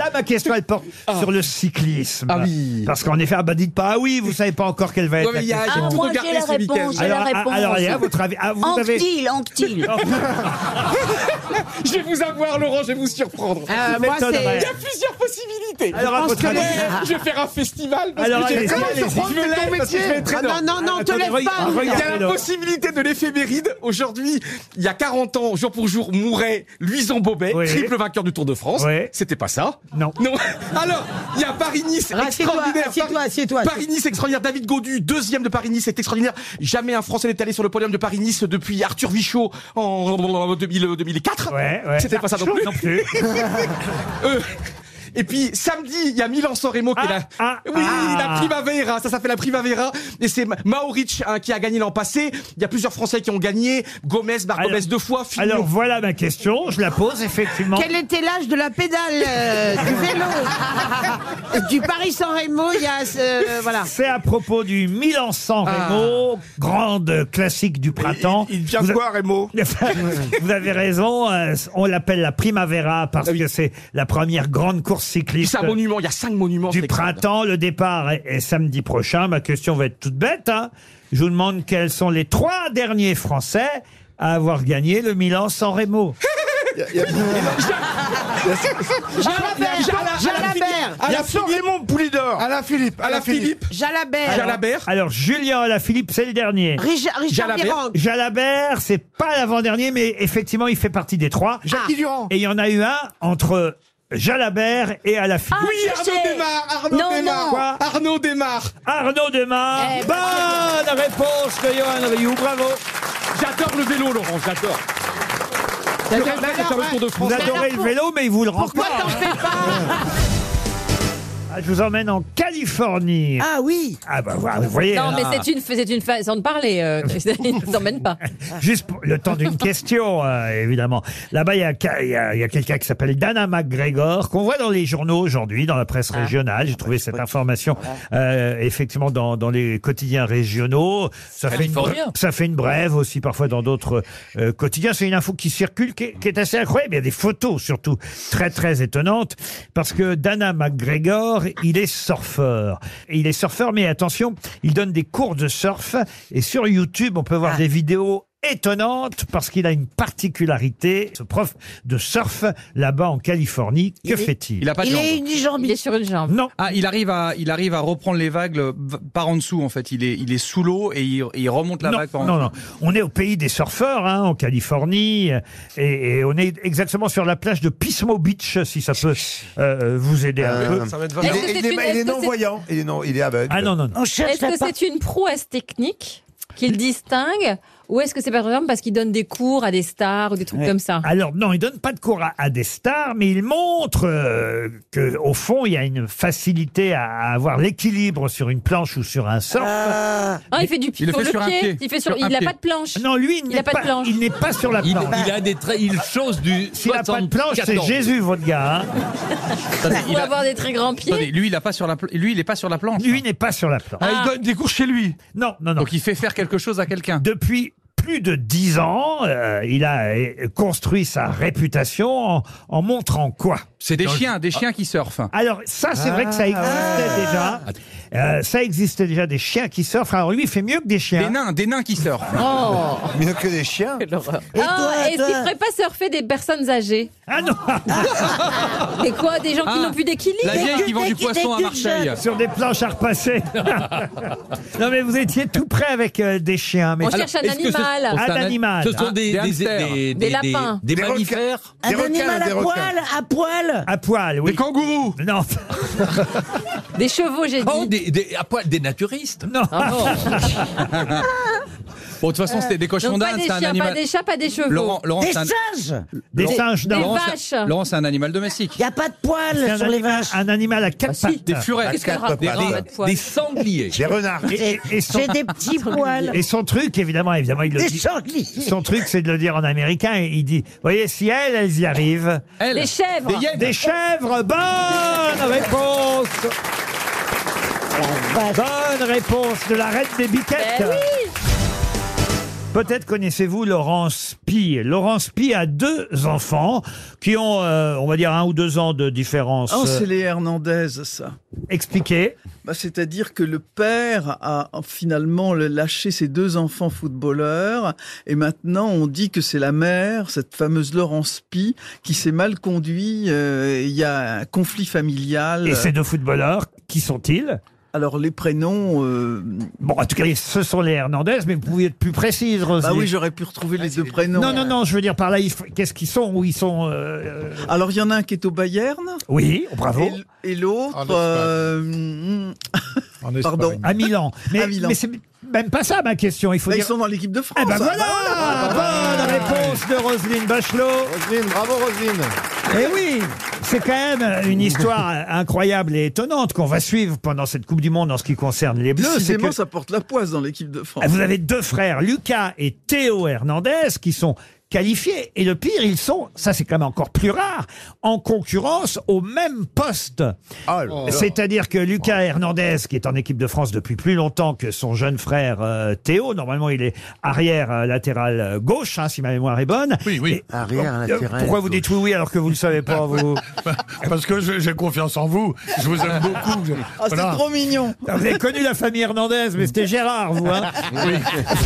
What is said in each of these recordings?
là, ma question, elle porte sur le cyclisme. Ah oui. Parce qu'en effet, dites pas, ah oui, vous savez pas encore quelle va être Ouais, mais la question. Moi, j'ai la réponse. Alors, à votre avis, vous avez... Anctil. Je vais vous avoir, Laurent, je vais vous surprendre. Moi, Il y c'est... a plusieurs possibilités. Alors, à votre avis... Je vais faire un festival. Parce Alors, que allez-y, je allez-y. me lève parce que je vais être très Non, te lève pas. Il y a la possibilité de l'éphéméride. Aujourd'hui, il y a 40 ans, jour pour jour, mourait Louison Bobet, Oui. triple vainqueur du Tour de France. Oui. C'était pas ça. Non. Non. Alors, il y a Paris-Nice, extraordinaire. Assieds-toi. Paris-Nice, extraordinaire. David Gaudu, deuxième de Paris-Nice, c'est extraordinaire. Jamais un Français n'est allé sur le podium de Paris-Nice depuis Arthur Vichot en 2004. Ouais. C'était pas ça non plus. Non plus. Et puis samedi, il y a Milan-San Remo qui est là. La Primavera, ça s'appelle la Primavera. Et c'est Maoric qui a gagné l'an passé. Il y a plusieurs Français qui ont gagné. Gomez, Gomez 2 fois. Fignon. Alors voilà ma question, je la pose effectivement. Quel était l'âge de la pédale du vélo du Paris-San Remo? Il y a voilà. C'est à propos du Milan-San Remo, grande classique du printemps. Il vient quoi, Remo? Vous avez raison, on l'appelle la Primavera parce que c'est la première grande course cycliste. C'est un monument, il y a 5 monuments. Du printemps, le départ est samedi prochain. Ma question va être toute bête. Je vous demande quels sont les 3 derniers Français à avoir gagné le Milan-San Remo. Jalabert. Il y a Raymond Poulidor. Alain Philippe. Jalabert. Alors Julien Alaphilippe, c'est le dernier. Richard Virenque. Jalabert, c'est pas l'avant-dernier, mais effectivement, il fait partie des 3. Jackie Durand. Et il y en a eu un entre Jalabert et Alaphilippe. Oui, Arnaud Desmar. Arnaud Desmar. Bonne réponse de Johan Rioux, bravo. J'adore le vélo, Laurent, j'adore. Vous adorez le vélo, mais il vous le rend Pourquoi pas. t'en fais pas? Je vous emmène en Californie. Ah oui. Ah bah vous voyez. Non, là, mais c'est une façon de parler. Christine, ne vous emmène pas. juste pour le temps d'une question, évidemment. Là-bas, il y a quelqu'un qui s'appelle Dana McGregor, qu'on voit dans les journaux aujourd'hui, dans la presse régionale. J'ai trouvé cette information effectivement dans les quotidiens régionaux. Ça fait une brève aussi parfois dans d'autres quotidiens. C'est une info qui circule, qui est assez incroyable. Il y a des photos surtout très très étonnantes parce que Dana McGregor, il est surfeur. Et il est surfeur, mais attention, il donne des cours de surf. Et sur YouTube, on peut voir des vidéos étonnante parce qu'il a une particularité. Ce prof de surf là-bas en Californie, que fait-il? Il a pas de jambe. Il est sur une jambe. Non. Ah, il arrive à reprendre les vagues par en dessous en fait. Il est sous l'eau et il remonte la vague par en dessous. Non. On est au pays des surfeurs, en Californie, et on est exactement sur la plage de Pismo Beach, si ça peut vous aider un peu. Ça va être Il est non-voyant. Il est aveugle. Ah non. Est-ce que c'est une prouesse technique qu'il distingue? Ou est-ce que c'est par exemple parce qu'il donne des cours à des stars ou des trucs comme ça? Alors non, il donne pas de cours à des stars, mais il montre que au fond, il y a une facilité à avoir l'équilibre sur une planche ou sur un surf. Il fait du Il le fait sur un pied. Il n'a pas de planche. Non, lui, il a pas de planche. Il n'est pas sur la planche. Il a des traits, il chose du. S'il n'a pas de planche, c'est Jésus, votre gars. Il va avoir des très grands pieds. Attendez, lui, il est pas sur la planche. Lui n'est pas sur la planche. Il donne des cours chez lui. Non. Donc il fait faire quelque chose à quelqu'un. Depuis plus de 10 ans, il a construit sa réputation en montrant quoi? C'est des chiens qui surfent. Alors ça, c'est vrai que ça existait déjà. Ça existait déjà, des chiens qui surfent. Alors lui, il fait mieux que des chiens. Des nains qui surfent. Oh. Mieux que des chiens. Est-ce qu'il ne ferait pas surfer des personnes âgées? Ah non. Mais quoi, des gens qui n'ont plus d'équilibre? La vieille qui vend du poisson à Marseille. Sur des planches à repasser. Non mais vous étiez tout près avec des chiens. Mais On cherche un animal. Un animal. Ce sont des lapins. des mammifères. Un animal à poil. À poil, oui. Des kangourous. Non. Des chevaux, j'ai dit. Oh, à poil, des naturistes. Non. Bon, de toute façon, c'était des cochons Donc pas d'Inde, des c'est un chiens, animal. pas des chats, pas des chevaux. Laurent, Des c'est un... singes. Des singes, Des non. vaches. Laurent, c'est un animal domestique. Il n'y a pas de C'est poils sur les vaches. un animal à quatre si. pattes. Des furets. Qu'est-ce qu'elle raconte? Des sangliers. Des renards. Et son, J'ai des petits poils. et son truc, évidemment, il le Des dit. sangliers. Son truc, c'est de le dire en américain. Il dit, voyez, si elles y arrivent. Des chèvres. Des hyènes. Des chèvres, bonne réponse. Bonne réponse de la reine des biquettes. Eh oui. Peut-être connaissez-vous Laurence Pie. Laurence Pie a 2 enfants qui ont, on va dire, 1 ou 2 ans de différence. Oh, c'est les Hernandez, ça. Expliquez. C'est-à-dire que le père a finalement lâché ses 2 enfants footballeurs et maintenant on dit que c'est la mère, cette fameuse Laurence Pie, qui s'est mal conduit. Il y a un conflit familial. Et ces 2 footballeurs, qui sont-ils ? Alors les prénoms... Bon, en tout cas, ce sont les Hernandez, mais vous pouviez être plus précise, Roselyne. Ah oui, j'aurais pu retrouver les 2 prénoms. Non, je veux dire par là, qu'est-ce qu'ils sont, où ils sont Alors il y en a un qui est au Bayern. Oui, bravo. Et l'autre... Pardon. À Milan. Mais c'est même pas ça ma question. Il faut dire... Ils sont dans l'équipe de France. Eh ben voilà, bonne réponse de Roselyne Bachelot. Roselyne, bravo Roselyne. Eh oui, c'est quand même une histoire incroyable et étonnante qu'on va suivre pendant cette Coupe du Monde en ce qui concerne les Bleus. Décidément, ça porte la poisse dans l'équipe de France. Vous avez 2 frères, Lucas et Théo Hernandez, qui sont qualifiés. Et le pire, ils sont, ça c'est quand même encore plus rare, en concurrence au même poste. C'est-à-dire que Lucas Hernandez, qui est en équipe de France depuis plus longtemps que son jeune frère Théo, normalement il est arrière latéral gauche, si ma mémoire est bonne. Oui. Arrière latéral. Pourquoi vous dites oui alors que vous le savez pas, vous? Parce que j'ai confiance en vous. Je vous aime beaucoup. C'est trop mignon. Vous avez connu la famille Hernandez, mais c'était Gérard, vous, hein? Oui.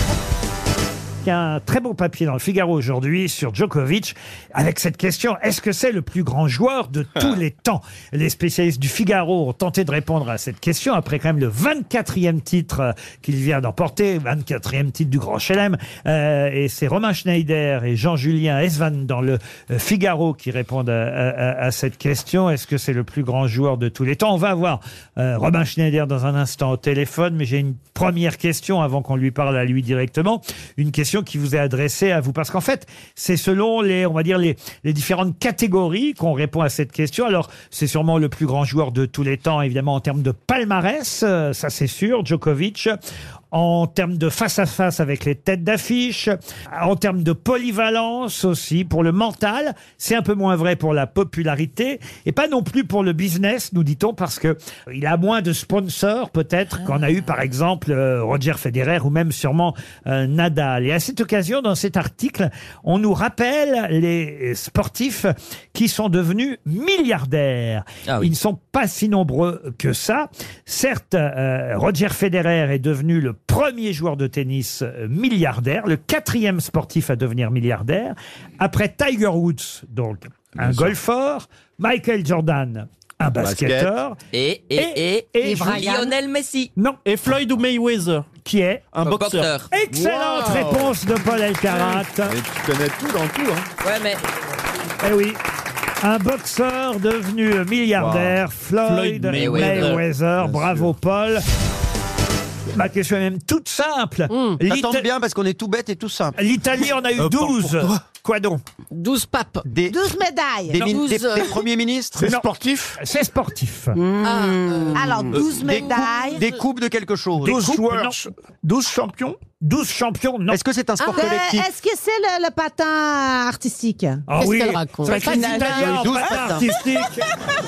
Il y a un très beau papier dans le Figaro aujourd'hui sur Djokovic avec cette question: est-ce que c'est le plus grand joueur de tous les temps? Les spécialistes du Figaro ont tenté de répondre à cette question après quand même le 24e titre qu'il vient d'emporter, 24e titre du Grand Chelem. Et c'est Romain Schneider et Jean-Julien Esvan dans le Figaro qui répondent à cette question. Est-ce que c'est le plus grand joueur de tous les temps? On va avoir Romain Schneider dans un instant au téléphone, mais j'ai une première question avant qu'on lui parle à lui directement. Une question qui vous est adressée à vous, parce qu'en fait, c'est selon on va dire les différentes catégories qu'on répond à cette question. Alors, c'est sûrement le plus grand joueur de tous les temps, évidemment, en termes de palmarès, ça c'est sûr, Djokovic. En termes de face-à-face avec les têtes d'affiche, en termes de polyvalence aussi, pour le mental, c'est un peu moins vrai pour la popularité, et pas non plus pour le business, nous dit-on, parce que il a moins de sponsors, peut-être, qu'en a eu, par exemple, Roger Federer, ou même sûrement Nadal. Et à cette occasion, dans cet article, on nous rappelle les sportifs qui sont devenus milliardaires. Ils ne sont pas si nombreux que ça. Certes, Roger Federer est devenu le premier joueur de tennis milliardaire, le 4e sportif à devenir milliardaire, après Tiger Woods, donc un golfeur, Michael Jordan, un basketteur, et Lionel Messi. Non. Et Floyd ou Mayweather, qui est un boxeur. Excellente réponse de Paul Elkarat. Mais tu connais tout dans tout, hein. Ouais, mais... Eh oui. Un boxeur devenu milliardaire, Floyd Mayweather. Bravo Paul. Ma question est même toute simple. Ça tombe bien parce qu'on est tout bête et tout simple. L'Italie en a eu 12. Quoi donc? 12 papes. 12 médailles. Des premiers ministres. C'est sportif. C'est sportif. Alors, 12 médailles. Des coupes de quelque chose. 12 joueurs. 12 champions. 12 champions, non. Est-ce que c'est un sport collectif? Est-ce que c'est le patin artistique? Ah oui, qu'elle raconte? c'est vrai italien en patin artistique.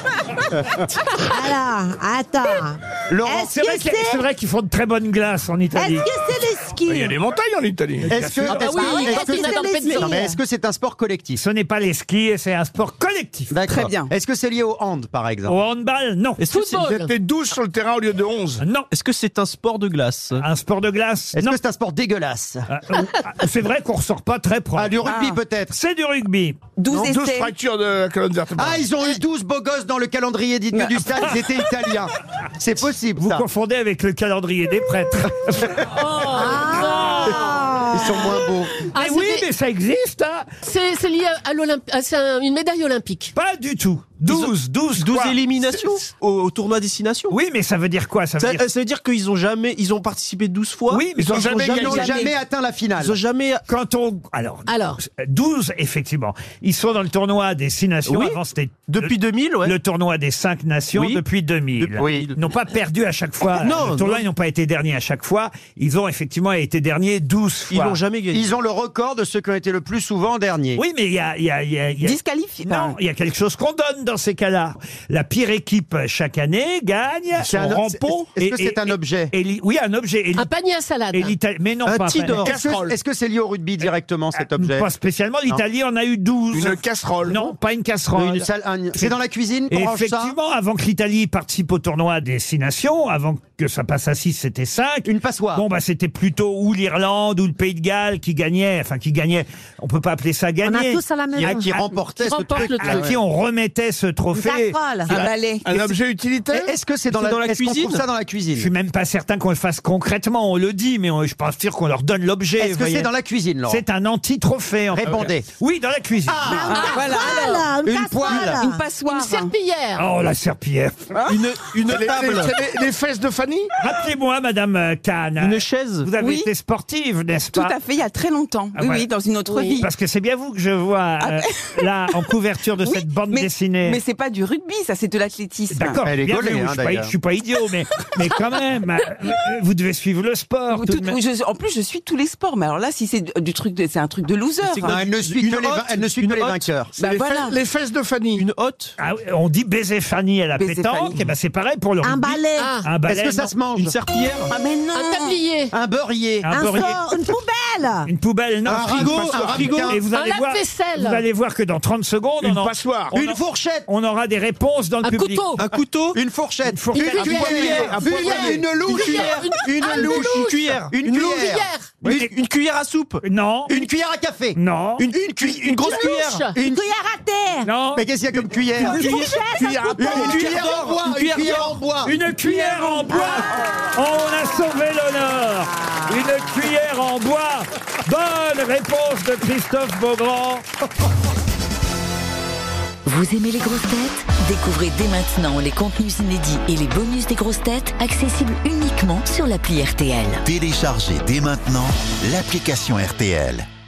Alors, attends. Laurent, c'est vrai qu'ils font de très bonnes glaces en Italie. Est-ce que c'est le ski? Il y a des montagnes en Italie. Est-ce que c'est un sport collectif? Ce n'est pas les skis, c'est un sport collectif. Très bien. Est-ce que c'est lié au hand, par exemple? Au handball, non. Vous étiez 12 sur le terrain au lieu de 11. Non. Est-ce que c'est un sport de glace? Un sport de glace? Est-ce que c'est un sport dégueulasse? C'est vrai qu'on ressort pas très proche. Du rugby peut-être? C'est du rugby. 12 fractures de la colonne vertébrale. Ils ont eu 12 beaux gosses dans le calendrier du stade, ils étaient italiens. C'est possible, Vous ça. confondez avec le calendrier des prêtres. Ils sont moins beaux. Mais oui, mais ça existe, hein. C'est lié à c'est une médaille olympique. Pas du tout. 12 éliminations au tournoi Destination. Oui, mais ça veut dire quoi? Ça veut dire qu'ils ont participé 12 fois. Oui, mais ils n'ont jamais atteint la finale. Ils ont jamais. Alors, 12, effectivement. Ils sont dans le tournoi des 6 nations. Oui. Avant, c'était depuis 2000, ouais. Le tournoi des 5 nations depuis 2000. Ils n'ont pas perdu à chaque fois. Non, le tournoi, ils n'ont pas été derniers à chaque fois. Ils ont effectivement été derniers 12 fois. Ils n'ont jamais gagné. Ils ont le record de ceux qui ont été le plus souvent derniers. Oui, mais il y a Disqualifié. Non, il y a quelque chose qu'on donne dans ces cas-là. La pire équipe chaque année gagne. C'est un rempot. Est-ce que c'est un objet? Oui, un objet. Un panier à salade. Mais non, Un pas Tidor. casserole. Est-ce que c'est lié au rugby directement, cet objet? Pas spécialement. L'Italie en a eu 12. Une casserole. Non, pas une casserole. C'est dans la cuisine qu'on range ça? Effectivement, avant que l'Italie participe au tournoi des 6 nations, avant que ça passe à 6, c'était 5. Une passoire. Bon, bah, c'était plutôt ou l'Irlande ou le Pays de Galles qui gagnait. Enfin, qui gagnait. On peut pas appeler ça gagner. On a tous à la maison. Qui remportait ce truc. À qui on remettait ce trophée. Casserole. Un balai. Un objet utilitaire? Est-ce que c'est dans la cuisine? Est-ce qu'on trouve ça dans la Je cuisine? suis même pas certain qu'on le fasse concrètement. On le dit, mais je suis pas sûr qu'on leur donne l'objet. Est-ce que voyez. c'est dans la cuisine, Laurent? C'est un anti-trophée. Répondez. Oui, dans la cuisine. Voilà. Une poêle. Une passoire. Une serpillière. Oh, la serpillière. Une table. Les fesses de Fanny? Rappelez-moi, Madame Kahn. Une chaise. Vous avez Oui. été sportive, n'est-ce Tout pas? à fait, il y a très longtemps. Ah, Oui, voilà. oui, dans une autre vie. Parce que c'est bien vous que je vois là en couverture de Oui, cette bande mais, dessinée. Mais c'est pas du rugby, ça, c'est de l'athlétisme. D'accord, Elle est bien gaulée, vu, hein, je suis pas- d'ailleurs. je suis pas idiot, mais quand même, vous devez suivre le sport. tout de même. En plus, je suis tous les sports. Mais alors là, si c'est du truc, c'est un truc de loser. Non, elle ne suit que les vainqueurs. Bah voilà. Les fesses de Fanny. Une hotte. Ah oui, on dit baiser Fanny à la Baiser pétanque, Fanny. et ben c'est pareil pour le Un rugby. balai. Un balai, Est-ce que ça non. se mange? Une serpillière. Ah, mais non. Un tablier. Un beurrier. Un Un beurrier. sort, une poubelle. Une poubelle, non. Un frigo. Et vous Un allez voir, lave-vaisselle. vous allez voir que dans 30 secondes, Une passoire. Une fourchette. on aura des réponses dans le Un public. couteau. Un couteau. Une fourchette. fourchette. Une Un cuillère. poivrier. Une louche. Une louche. Une cuillère. Une cuillère. Une cuillère à soupe. Non. Une cuillère à café. Non. Une grosse cuillère. Une cuillère à terre. Non. Mais qu'est-ce qu'il y a comme cuillère? Une fourchette. Une cuillère en bois. Une cuillère en bois. Une cuillère en bois. Oh, on a sauvé l'honneur. Une cuillère en bois. Bonne réponse de Christophe Beaugrand. Vous aimez les grosses têtes? Découvrez dès maintenant les contenus inédits et les bonus des grosses têtes accessibles uniquement sur l'appli RTL. Téléchargez dès maintenant l'application RTL.